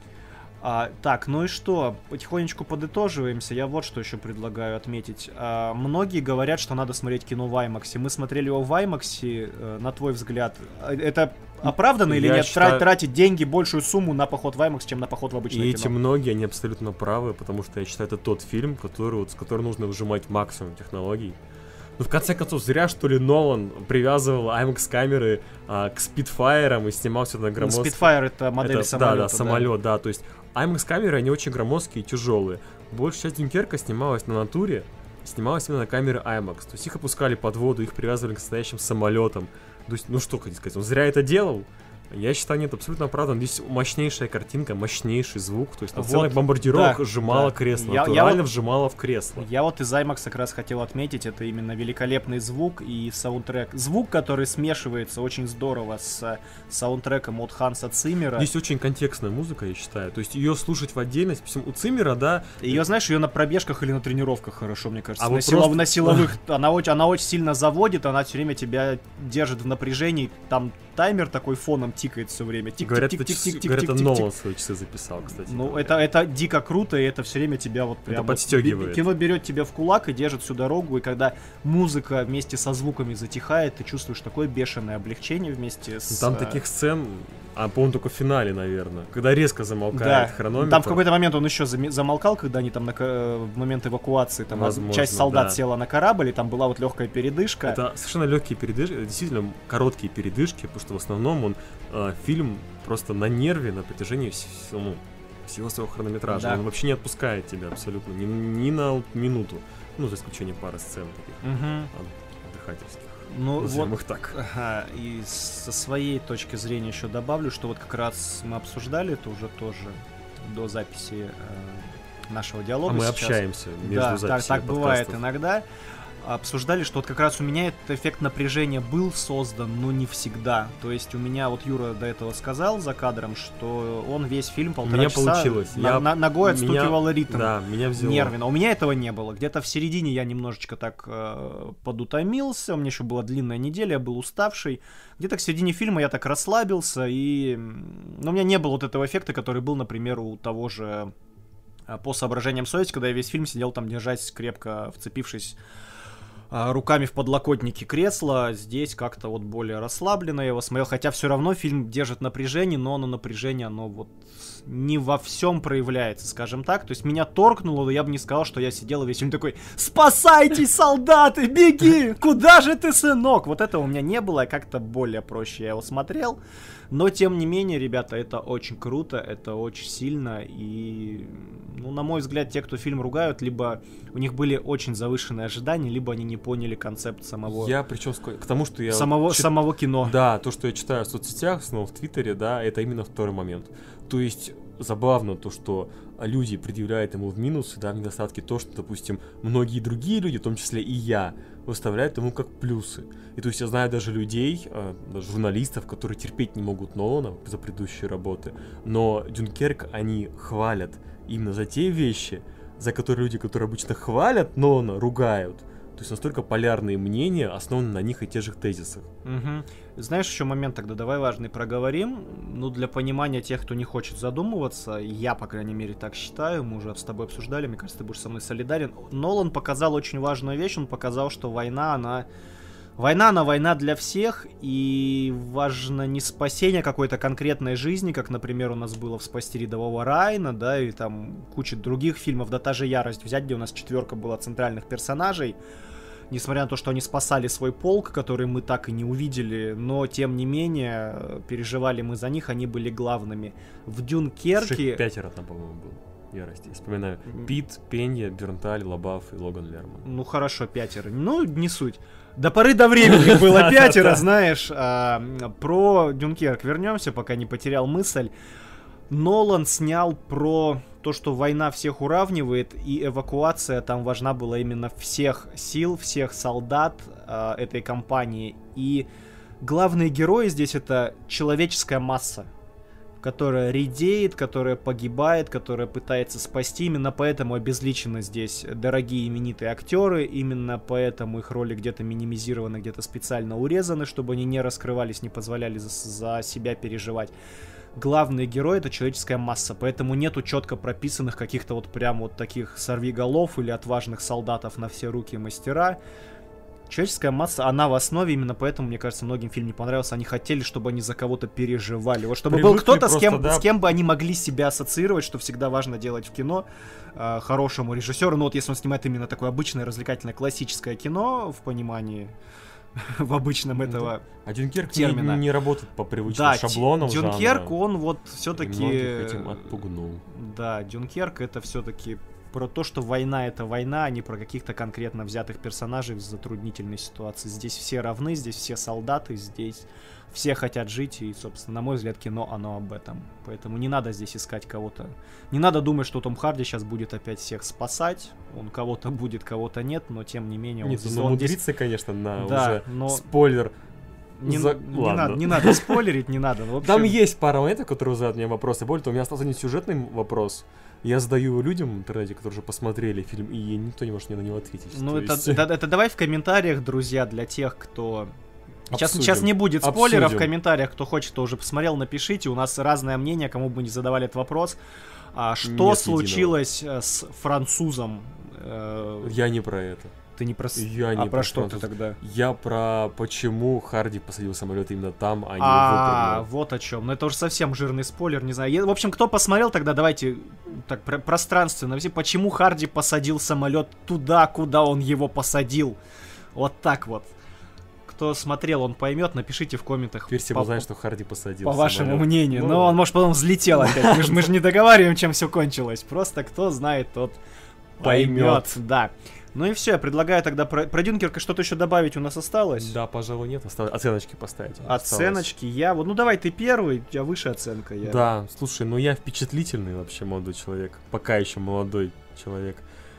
S1: Так, ну и что? Потихонечку подытоживаемся. Я вот что еще предлагаю отметить. Многие говорят, что надо смотреть кино в IMAX. Мы смотрели его в IMAX, на твой взгляд. Это оправданно или нет? Тратить деньги, большую сумму на поход в IMAX, чем на поход в обычное кино?
S2: И эти многие, они абсолютно правы, потому что я считаю, это тот фильм, с которым нужно выжимать максимум технологий. Ну, в конце концов, зря, что ли, Нолан привязывал IMAX-камеры к спидфайерам и снимал все на громоздкие...
S1: Спидфайер — это модель самолета.
S2: Да, самолет, да. То есть IMAX-камеры, они очень громоздкие и тяжелые. Большая часть Дюнкерка снималась на натуре, снималась именно на камеры IMAX. То есть их опускали под воду, их привязывали к настоящим самолетам. То есть, ну что хотите сказать, он зря это делал? Я считаю, нет, абсолютно оправдан. Здесь мощнейшая картинка, мощнейший звук. То есть целая бомбардировка сжимала кресло. Натурально вжимала в кресло.
S1: Я вот из IMAX как раз хотел отметить, это именно великолепный звук и саундтрек. Звук, который смешивается очень здорово с саундтреком от Ханса Циммера.
S2: Здесь очень контекстная музыка, я считаю. То есть ее слушать в отдельности, у Циммера, да...
S1: Ее, знаешь, ее на пробежках или на тренировках хорошо, мне кажется. На силовых она очень сильно заводит, она все время тебя держит в напряжении. Там таймер такой фоном тикает все время.
S2: Говорят, это Нолан свои часы записал, кстати.
S1: Ну, это дико круто, и это все время тебя вот прям...
S2: Это подстегивает.
S1: Кино берет тебя в кулак и держит всю дорогу, и когда музыка вместе со звуками затихает, ты чувствуешь такое бешеное облегчение вместе с...
S2: Там таких сцен... по-моему, только в финале, наверное. Когда резко замолкает хронометр.
S1: Там в какой-то момент он еще замолкал, когда они там в момент эвакуации, там часть солдат села на корабль, и там была вот легкая передышка.
S2: Это совершенно легкие передышки, действительно короткие передышки, потому что в основном фильм просто на нерве на протяжении всего своего хронометража. Он вообще не отпускает тебя абсолютно, ни на минуту. Ну, за исключением пары сцен таких отдыхательских.
S1: Ну вот,
S2: их так.
S1: И со своей точки зрения еще добавлю, что вот как раз мы обсуждали это уже тоже до записи нашего диалога.
S2: Мы
S1: сейчас
S2: общаемся между записями.
S1: Так бывает иногда. Обсуждали, что вот как раз у меня этот эффект напряжения был создан, но не всегда. То есть у меня, вот Юра до этого сказал за кадром, что он весь фильм полтора часа
S2: получилось.
S1: Ногой отстукивал ритм.
S2: Да, меня взяло.
S1: Нервно. У меня этого не было. Где-то в середине я немножечко так подутомился, у меня еще была длинная неделя, я был уставший. Где-то к середине фильма я так расслабился, и у меня не было вот этого эффекта, который был, например, у того же «По соображениям совести», когда я весь фильм сидел там, держась крепко, вцепившись руками в подлокотнике кресла. Здесь как-то вот более расслабленно я его смотрел, хотя все равно фильм держит напряжение, но напряжение, оно вот не во всем проявляется, скажем так. То есть меня торкнуло, но я бы не сказал, что я сидел и весь фильм такой: «Спасайтесь, солдаты, беги! Куда же ты, сынок?» Вот этого у меня не было, как-то более проще я его смотрел. Но, тем не менее, ребята, это очень круто, это очень сильно. И, ну, на мой взгляд, те, кто фильм ругают, либо у них были очень завышенные ожидания, либо они не поняли концепт самого...
S2: Я, причем, к тому, что я...
S1: Самого кино.
S2: Да, то, что я читаю в соцсетях, снова в Твиттере, да, это именно второй момент. То есть, забавно то, что люди предъявляют ему в минусы, да, в недостатки, то, что, допустим, многие другие люди, в том числе и я, выставляют ему как плюсы. И то есть я знаю даже людей, даже журналистов, которые терпеть не могут Нолана за предыдущие работы, но Дюнкерк они хвалят именно за те вещи, за которые люди, которые обычно хвалят Нолана, ругают. То есть настолько полярные мнения основаны на них и тех же тезисах.
S1: Угу. Знаешь, еще момент тогда давай важный проговорим. Ну, для понимания тех, кто не хочет задумываться, я, по крайней мере, так считаю, мы уже с тобой обсуждали, мне кажется, ты будешь со мной солидарен. Нолан показал очень важную вещь, он показал, что война, война для всех, и важно не спасение какой-то конкретной жизни, как, например, у нас было в «Спасти рядового Райана», да, и там куча других фильмов, да та же «Ярость» взять, где у нас 4 была центральных персонажей, несмотря на то, что они спасали свой полк, который мы так и не увидели, но, тем не менее, переживали мы за них, они были главными. В «Дюнкерке»...
S2: 5 там, по-моему, было. Ярости. Вспоминаю. Пит, Пенья, Бернталь, Лабаф и Логан Лерман.
S1: Ну хорошо, 5. Ну, не суть. До поры до времени было 5, знаешь. Про Дюнкерк вернемся, пока не потерял мысль. Нолан снял про то, что война всех уравнивает, и эвакуация там важна была именно всех сил, всех солдат этой кампании. И главные герои здесь это человеческая масса, которая редеет, которая погибает, которая пытается спасти. Именно поэтому обезличены здесь дорогие именитые актеры, именно поэтому их роли где-то минимизированы, где-то специально урезаны, чтобы они не раскрывались, не позволяли за себя переживать. Главный герой — это человеческая масса, поэтому нету четко прописанных каких-то вот прям вот таких сорвиголов или отважных солдатов на все руки мастера. Человеческая масса, она в основе, именно поэтому, мне кажется, многим фильм не понравился. Они хотели, чтобы они за кого-то переживали. Вот чтобы был кто-то, с кем бы они могли себя ассоциировать, что всегда важно делать в кино хорошему режиссеру. Ну вот если он снимает именно такое обычное, развлекательное, классическое кино в понимании, в обычном этого
S2: а Дюнкерк
S1: термина.
S2: Не работает по привычным шаблонам
S1: Дюнкерк,
S2: жанра.
S1: он вот все-таки...
S2: многих этим отпугнул.
S1: Да, Дюнкерк это все-таки про то, что война — это война, а не про каких-то конкретно взятых персонажей в затруднительной ситуации. Здесь все равны, здесь все солдаты, здесь все хотят жить, и, собственно, на мой взгляд, кино, оно об этом. Поэтому не надо здесь искать кого-то. Не надо думать, что Том Харди сейчас будет опять всех спасать. Он кого-то будет, кого-то нет, но, тем не менее...
S2: Нет,
S1: он
S2: умудрится,
S1: здесь...
S2: конечно, на
S1: да,
S2: уже
S1: но...
S2: спойлер.
S1: Не надо спойлерить, не надо. В общем...
S2: Там есть пара моментов, которые задают мне вопросы. Более того, у меня остался не сюжетный вопрос. Я задаю его людям в интернете, которые уже посмотрели фильм, и никто не может мне на него ответить.
S1: Ну, это давай в комментариях, друзья, для тех, кто... Сейчас не будет спойлеров в комментариях, кто хочет, кто уже посмотрел, напишите. У нас разное мнение, кому бы не задавали этот вопрос. Что случилось с французом?
S2: Я не про это.
S1: Ты не про...
S2: про
S1: что ты тогда?
S2: Я про почему Харди посадил самолет именно там, а не выпрыгнул.
S1: Вот о чем. Ну это уже совсем жирный спойлер, не знаю. В общем, кто посмотрел, тогда давайте так пространственно. Почему Харди посадил самолет туда, куда он его посадил? Вот так вот. Кто смотрел, он поймет, напишите в комментах.
S2: Теперь все узнают, что Харди посадил
S1: по вашему мнению. Но он, может, потом взлетел опять. Мы же не договариваем, чем все кончилось. Просто кто знает, тот поймет. Да. Ну и все, я предлагаю тогда про Дюнкерка что-то еще добавить у нас осталось.
S2: Да, пожалуй, нет. Оценочки поставить.
S1: Оценочки я... Ну давай ты первый, у тебя выше оценка.
S2: Да, слушай, ну я впечатлительный вообще молодой человек. Пока еще молодой человек.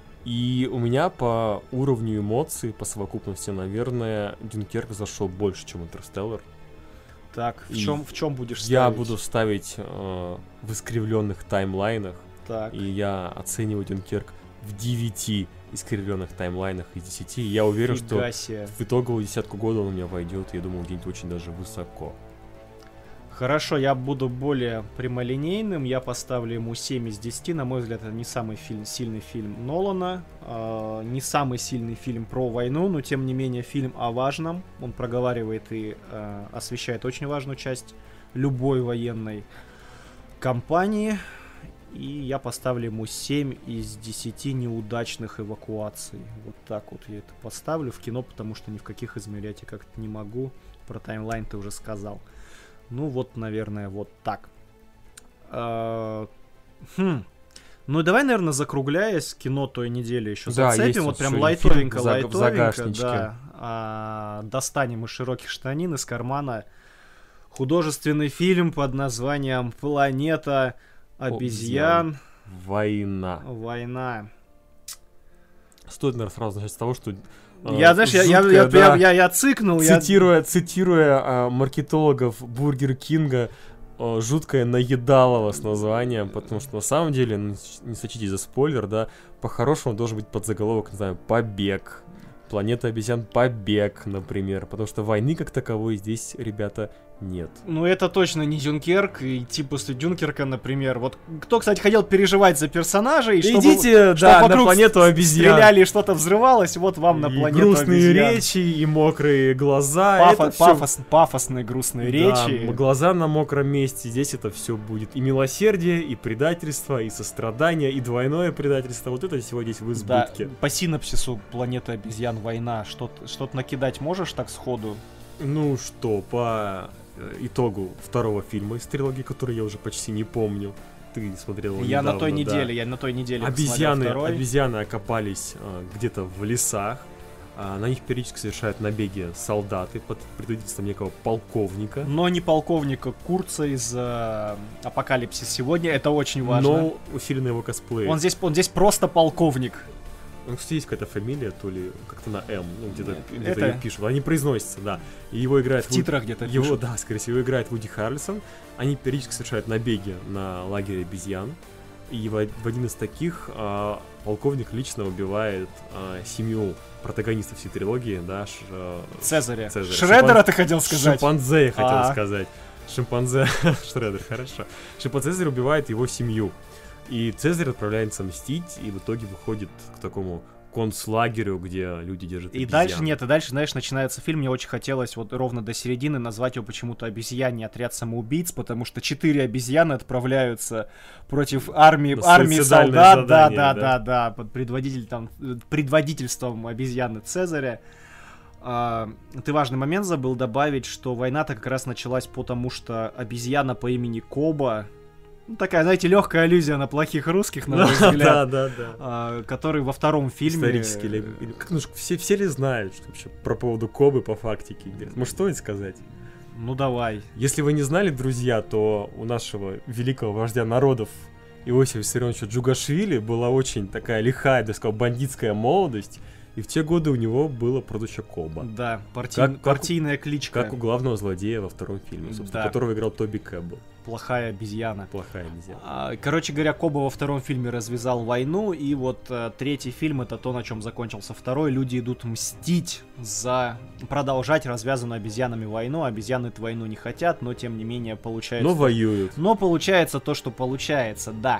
S2: И у меня по уровню эмоций, по совокупности, наверное, Дюнкерк зашел больше, чем Интерстеллар.
S1: Так, в чем будешь ставить?
S2: Я буду ставить в искривленных таймлайнах.
S1: Так.
S2: И я оцениваю Дюнкерк в 9 искривленных таймлайнах из 10. И я уверен, что в итоговую десятку года он у меня войдет. Я думаю, где-нибудь очень даже высоко.
S1: Хорошо, я буду более прямолинейным, я поставлю ему 7 из 10, на мой взгляд, это не самый сильный фильм Нолана, не самый сильный фильм про войну, но тем не менее фильм о важном, он проговаривает и освещает очень важную часть любой военной кампании, и я поставлю ему 7 из 10 неудачных эвакуаций, вот так вот я это поставлю в кино, потому что ни в каких измерять я как-то не могу, про таймлайн ты уже сказал. Ну вот, наверное, вот так. Ну давай, наверное, закругляясь, кино той недели еще зацепим. Вот прям лайтовенько, да. Достанем из широких штанин, из кармана художественный фильм под названием «Планета обезьян.
S2: Война». Стоит, наверное, сразу начать с того, что...
S1: Я цыкнул.
S2: Цитируя маркетологов Бургер Кинга, жуткое наедалово с названием, потому что на самом деле, не сочтите за спойлер, да, по-хорошему должен быть подзаголовок, не знаю, «Побег». «Планета обезьян. Побег», например, потому что войны как таковой здесь, ребята, нет.
S1: Ну это точно не Дюнкерк, и идти после Дюнкерка, например. Вот кто, кстати, хотел переживать за персонажей,
S2: идите, чтобы на планету обезьян.
S1: Стреляли, и что-то взрывалось, вот вам на планету
S2: грустные
S1: обезьян.
S2: Речи, и мокрые глаза.
S1: Пафосные грустные речи.
S2: Глаза на мокром месте, здесь это все будет. И милосердие, и предательство, и сострадание, и двойное предательство. Вот это всего здесь в избытке.
S1: Да, по синопсису «Планета обезьян. Война» что-то накидать можешь так сходу?
S2: Ну что, по итогу второго фильма из трилогии, который я уже почти не помню. Ты смотрел его недавно,
S1: на той неделе
S2: Обезьяны окопались где-то в лесах. На них периодически совершают набеги солдаты под предводительством некого полковника.
S1: Но не полковника Курца из «Апокалипсис сегодня», это очень важно.
S2: Но усиленный его косплей.
S1: Он здесь просто полковник.
S2: Ну, кстати, есть какая-то фамилия, то ли как-то на М, ну, где-то ее пишут. Они произносятся, да. И его играет...
S1: В титрах где-то пишут.
S2: Да, скорее всего, его играет Вуди Харрельсон. Они периодически совершают набеги на лагерь обезьян. И в один из таких полковник лично убивает семью протагонистов всей трилогии, да,
S1: Цезаря. Шреддера ты хотел сказать?
S2: Шимпанзе, я хотел сказать. Шимпанзе, Шреддер, хорошо. Шимпанзе убивает его семью. И Цезарь отправляется мстить, и в итоге выходит к такому концлагерю, где люди держат обезьян.
S1: И дальше, знаешь, начинается фильм. Мне очень хотелось вот ровно до середины назвать его почему-то «Обезьяний отряд самоубийц», потому что 4 обезьяны отправляются против армии солдат. Да, под предводительством обезьяны Цезаря. Ты важный момент забыл добавить, что война-то как раз началась потому, что обезьяна по имени Коба, ну, такая, знаете, легкая аллюзия на плохих русских, на мой взгляд.
S2: Да.
S1: Который во втором фильме...
S2: Исторически. Все ли знают, что вообще про поводу Кобы по фактике? Может, стоит сказать?
S1: Ну, давай.
S2: Если вы не знали, друзья, то у нашего великого вождя народов Иосифа Виссарионовича Джугашвили была очень такая лихая, я бы сказал, бандитская молодость. И в те годы у него было прозвище Коба.
S1: Да, партийная кличка.
S2: Как у главного злодея во втором фильме, собственно, которого играл Тоби Кэббелл.
S1: Плохая обезьяна. Короче говоря, Коба во втором фильме развязал войну, и вот третий фильм — это то, на чем закончился второй. Люди идут мстить за продолжать развязанную обезьянами войну. Обезьяны эту войну не хотят, но тем не менее получается...
S2: Но воюют.
S1: Но получается то, что получается, да.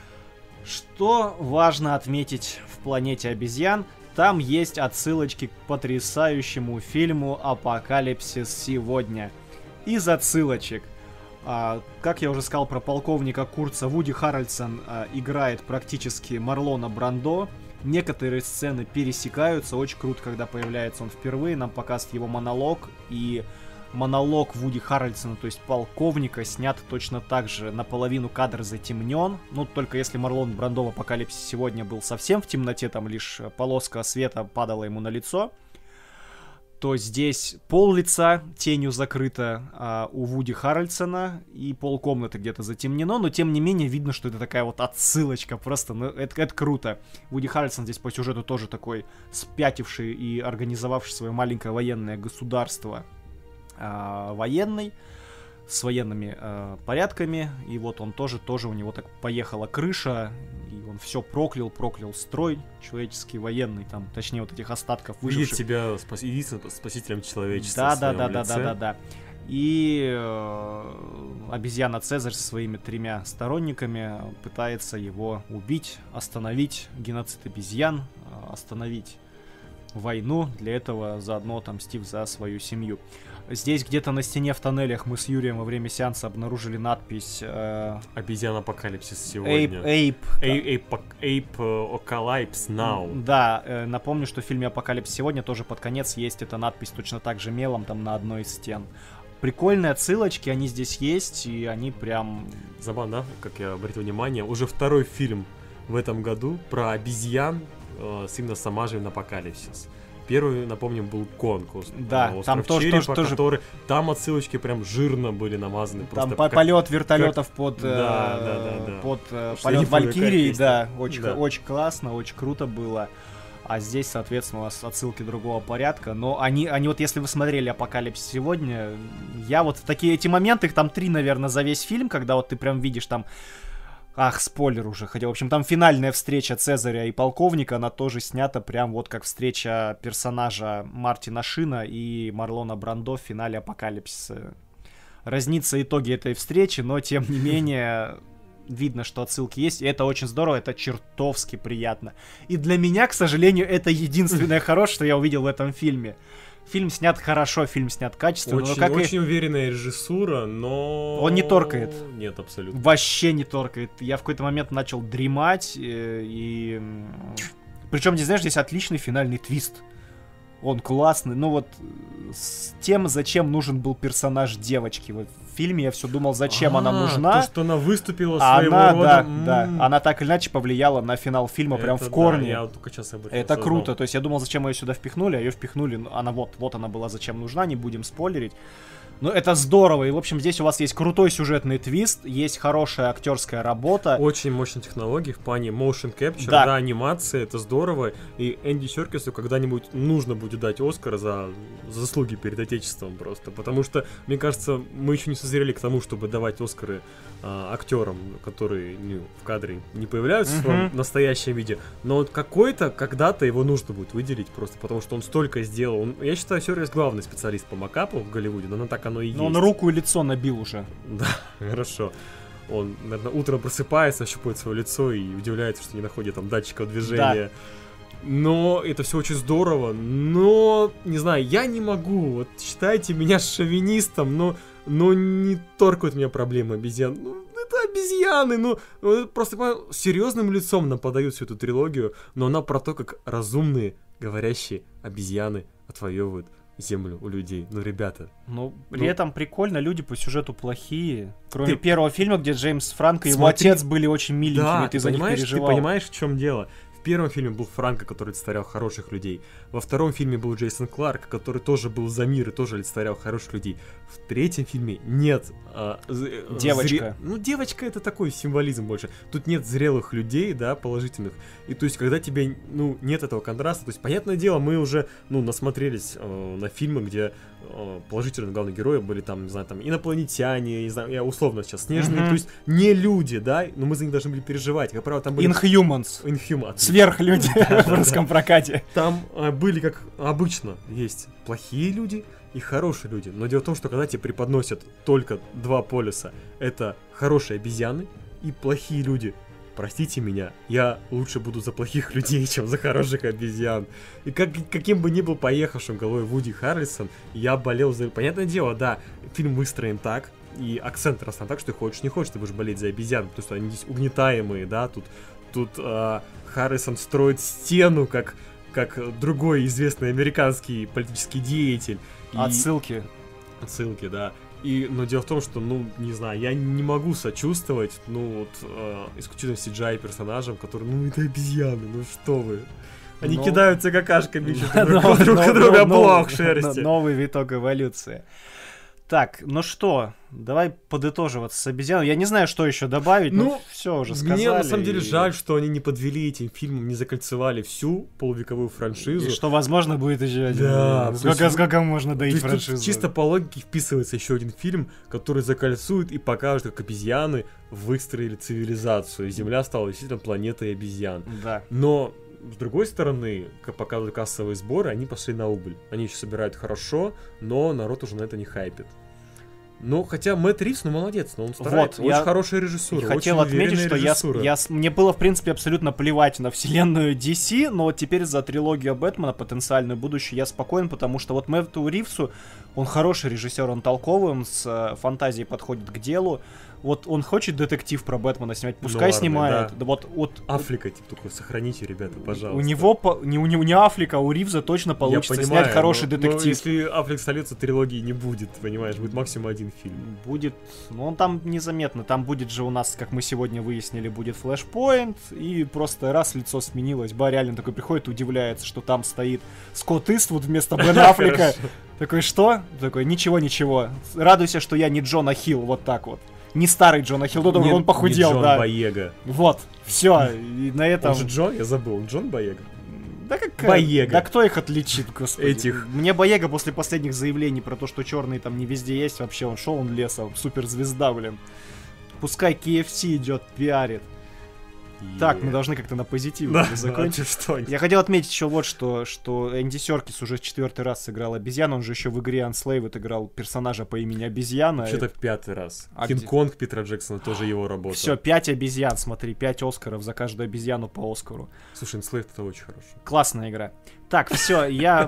S1: Что важно отметить в «Планете обезьян»? Там есть отсылочки к потрясающему фильму «Апокалипсис сегодня». Из отсылочек. Как я уже сказал про полковника Курца, Вуди Харрельсон играет практически Марлона Брандо. Некоторые сцены пересекаются. Очень круто, когда появляется он впервые. Нам показывает его монолог. И монолог Вуди Харрельсона, то есть полковника, снят точно так же. Наполовину кадр затемнен. Ну, только если Марлон Брандо в «Апокалипсисе сегодня» был совсем в темноте, там лишь полоска света падала ему на лицо, то здесь пол лица тенью закрыто у Вуди Харрельсона, и полкомнаты где-то затемнено, но тем не менее видно, что это такая вот отсылочка, просто, ну, это круто. Вуди Харрельсон здесь по сюжету тоже такой спятивший и организовавший свое маленькое военное государство военный, с военными порядками, и вот он тоже у него так поехала крыша, и он все проклял строй человеческий, военный, там, точнее, вот этих остатков выживших.
S2: Видит себя единственным спасителем человечества.
S1: Да. И обезьяна Цезарь со своими 3 сторонниками пытается его убить, остановить геноцид обезьян, остановить войну, для этого заодно отомстив за свою семью. Здесь где-то на стене в тоннелях мы с Юрием во время сеанса обнаружили надпись
S2: Обезьян апокалипсис сегодня. Ape Apocalypse Now.
S1: Да, напомню, что в фильме «Апокалипсис сегодня» тоже под конец есть эта надпись точно так же мелом там на одной из стен. Прикольные отсылочки, они здесь есть, и они прям...
S2: Забавно, да? Как я обратил внимание, уже второй фильм в этом году про обезьян с именно самажем апокалипсис. Первый, напомню, был Конкурс.
S1: Да, там тоже...
S2: Там отсылочки прям жирно были намазаны.
S1: Там полет вертолетов под полет Валькирии, да, очень классно, очень круто было. А здесь, соответственно, у нас отсылки другого порядка. Но они вот, если вы смотрели «Апокалипсис сегодня», я вот в эти моменты, их там 3, наверное, за весь фильм, когда вот ты прям видишь там... Ах, спойлер уже хотел. В общем, там финальная встреча Цезаря и полковника, она тоже снята прям вот как встреча персонажа Мартина Шина и Марлона Брандо в финале «Апокалипсиса». Разнится итоги этой встречи, но тем не менее... Видно, что отсылки есть, и это очень здорово, это чертовски приятно. И для меня, к сожалению, это единственное хорошее, что я увидел в этом фильме. Фильм снят хорошо, фильм снят качественно.
S2: Очень уверенная режиссура, но...
S1: Он не торкает.
S2: Нет, абсолютно.
S1: Вообще не торкает. Я в какой-то момент начал дремать, Причем, здесь, знаешь, здесь отличный финальный твист. Он классный, но вот с тем, зачем нужен был персонаж девочки. Вот в фильме я все думал, зачем она нужна.
S2: То, что она выступила своего рода.
S1: Да, она так или иначе повлияла на финал фильма прям в корне.
S2: Я только сейчас об этом
S1: Это круто, то есть я думал, зачем ее сюда впихнули, а ее впихнули, она вот она была зачем нужна, не будем спойлерить. Ну, это здорово, и, в общем, здесь у вас есть крутой сюжетный твист, есть хорошая актерская работа.
S2: Очень мощные технологии в плане motion capture, да, анимация, это здорово. И Энди Серкису когда-нибудь нужно будет дать Оскар за заслуги перед Отечеством просто. Потому что, мне кажется, мы еще не созрели к тому, чтобы давать Оскары актерам, которые в кадре не появляются в своем настоящем виде. Но вот какой-то, когда-то его нужно будет выделить просто, потому что он столько сделал. Я считаю, Серкис главный специалист по макапу в Голливуде, но так оно и есть.
S1: Но он руку и лицо набил уже.
S2: Да, хорошо. Он, наверное, утром просыпается, щупает свое лицо и удивляется, что не находит там датчиков движения. Да. Но это все очень здорово. Но, не знаю, я не могу. Вот считайте меня шовинистом, но не торкают меня проблемы обезьян. Ну, это обезьяны, просто серьезным лицом нам подают всю эту трилогию, но она про то, как разумные, говорящие обезьяны отвоевывают землю у людей. Ну, ребята.
S1: При этом прикольно, люди по сюжету плохие. Кроме первого фильма, где Джеймс Франко и его отец были очень миленькими, ты за них переживал.
S2: Ты понимаешь, в чем дело? В первом фильме был Франко, который олицетворял хороших людей. Во втором фильме был Джейсон Кларк, который тоже был за мир и тоже олицетворял хороших людей. В третьем фильме нет...
S1: девочка.
S2: Девочка — это такой символизм больше. Тут нет зрелых людей, да, положительных. И то есть, когда тебе, нет этого контраста, то есть, понятное дело, мы уже, насмотрелись на фильмы, где положительные главные герои были там, не знаю, там, инопланетяне, не знаю, я условно сейчас, снежные, то есть, не люди, да, но мы за них должны были переживать. Как правило, там были...
S1: Inhumans. Сверхлюди в русском прокате.
S2: Там были, как обычно, есть плохие люди и хорошие люди. Но дело в том, что когда тебе преподносят только 2 полюса, это хорошие обезьяны и плохие люди. Простите меня, я лучше буду за плохих людей, чем за хороших обезьян. И каким бы ни был поехавшим головой Вуди Харрельсон, я болел за... Понятное дело, да, фильм выстроен так, и акцент расставлен так, что ты хочешь, не хочешь, ты будешь болеть за обезьян, потому что они здесь угнетаемые, да, тут Харрисон строит стену, как другой известный американский политический деятель.
S1: Отсылки,
S2: да. Но дело в том, что, не знаю, я не могу сочувствовать, исключительно CGI персонажам, которые, это обезьяны, что вы. Они кидаются какашками еще друг друга блок шерсти.
S1: Новый виток эволюции. Так, что, давай подытоживаться с обезьяной. Я не знаю, что еще добавить, все уже сказали.
S2: Мне на самом деле жаль, что они не подвели этим фильмом, не закольцевали всю полувековую франшизу.
S1: И что, возможно, будет еще один.
S2: Да.
S1: Сколько можно доить франшизу?
S2: Чисто по логике вписывается еще один фильм, который закольцует и покажет, как обезьяны выстроили цивилизацию. И Земля стала действительно планетой обезьян.
S1: Да.
S2: Но... С другой стороны, как показывают кассовые сборы, они пошли на убыль. Они еще собирают хорошо, но народ уже на это не хайпит. Ну, хотя Мэтт Ривз, ну, молодец, но он старается.
S1: Вот,
S2: очень хорошая режиссура,
S1: хотел
S2: очень
S1: отметить, что
S2: режиссура.
S1: мне было, в принципе, абсолютно плевать на вселенную DC, но вот теперь за трилогию Бэтмена, потенциальную будущую, я спокоен, потому что вот Мэтту Ривзу, он хороший режиссер, он толковый, он с фантазией подходит к делу. Вот он хочет детектив про Бэтмена снимать, пускай снимает. Да. Вот,
S2: Аффлека, типа, только сохраните, ребята, пожалуйста.
S1: У него, не Аффлека, а у Ривза точно получится снять хороший детектив.
S2: Но если Аффлек солится, трилогии не будет, понимаешь, будет максимум один фильм.
S1: Будет, ну он там незаметно, там будет же у нас, как мы сегодня выяснили, будет флешпоинт, и просто раз лицо сменилось, Барри Аллен такой приходит и удивляется, что там стоит Скотт Иствуд вместо Бен Аффлека. Такой, что? Такой, ничего. Радуйся, что я не Джона Хилл, вот так вот. Не старый Джона Хилл, он похудел,
S2: Джон
S1: да.
S2: Боега.
S1: Вот, все, и на этом...
S2: Он же Джон, я забыл, Джон Боега.
S1: Да как...
S2: Боега.
S1: Да кто их отличит, господи.
S2: Этих.
S1: Мне Боега после последних заявлений про то, что черные там не везде есть, вообще он шел, он лесом, суперзвезда, блин. Пускай KFC идет, пиарит. Так, мы должны как-то на позитиве закончить. Я хотел отметить еще вот что Энди Серкис уже 4-й раз сыграл обезьяну, он же еще в игре Enslaved играл персонажа по имени Обезьяна.
S2: Вообще-то 5-й раз. Кинг-Конг Питера Джексона тоже его работа.
S1: Все, 5 обезьян, смотри, 5 Оскаров за каждую обезьяну по Оскару.
S2: Слушай, Enslaved это очень хорошо.
S1: Классная игра. Так, все, я...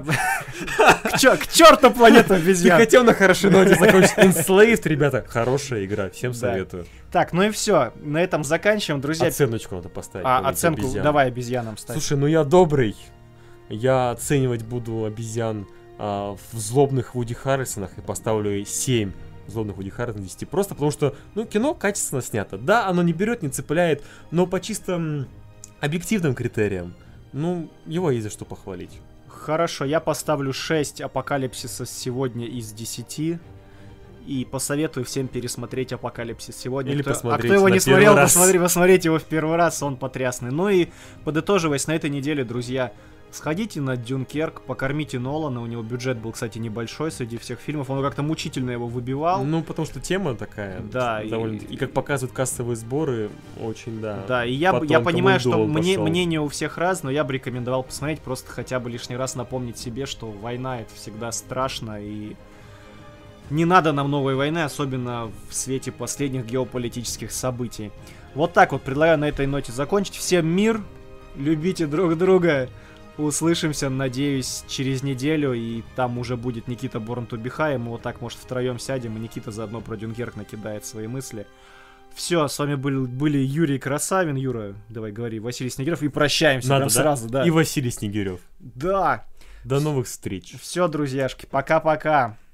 S1: К черту планету обезьян!
S2: Ты хотел на хорошей ноте закончить. Enslaved, ребята, хорошая игра, всем советую.
S1: Так, ну и все, на этом заканчиваем, друзья.
S2: Оценочку надо поставить.
S1: Оценку давай обезьянам ставь.
S2: Слушай, ну я добрый. Я оценивать буду обезьян в злобных Вуди Харрельсонах и поставлю ей 7 злобных Вуди Харрельсонов 10. Просто потому что, ну, кино качественно снято. Да, оно не берет, не цепляет, но по чисто объективным критериям, ну, его есть за что похвалить.
S1: Хорошо, я поставлю 6 Апокалипсиса сегодня из 10. И посоветую всем пересмотреть «Апокалипсис» сегодня.
S2: Или посмотреть
S1: кто его не смотрел, посмотрите его в первый раз, он потрясный. Ну и подытоживаясь на этой неделе, друзья, сходите на «Дюнкерк», покормите Нолана, у него бюджет был, кстати, небольшой среди всех фильмов, он как-то мучительно его выбивал.
S2: Ну, потому что тема такая.
S1: Да.
S2: И как показывают кассовые сборы, очень, да.
S1: Да, и я понимаю, что мнение у всех раз, но я бы рекомендовал посмотреть, просто хотя бы лишний раз напомнить себе, что война — это всегда страшно, и... Не надо нам новой войны, особенно в свете последних геополитических событий. Вот так вот, предлагаю на этой ноте закончить. Всем мир, любите друг друга. Услышимся, надеюсь, через неделю, и там уже будет Никита Born to be High. Мы вот так, может, втроем сядем, и Никита заодно про Дюнкерк накидает свои мысли. Все, с вами были Юрий Красавин. Юра, давай говори, Василий Снегирев, и прощаемся прям сразу, да.
S2: И Василий Снегирев.
S1: Да.
S2: До новых встреч.
S1: Все, друзьяшки, пока-пока.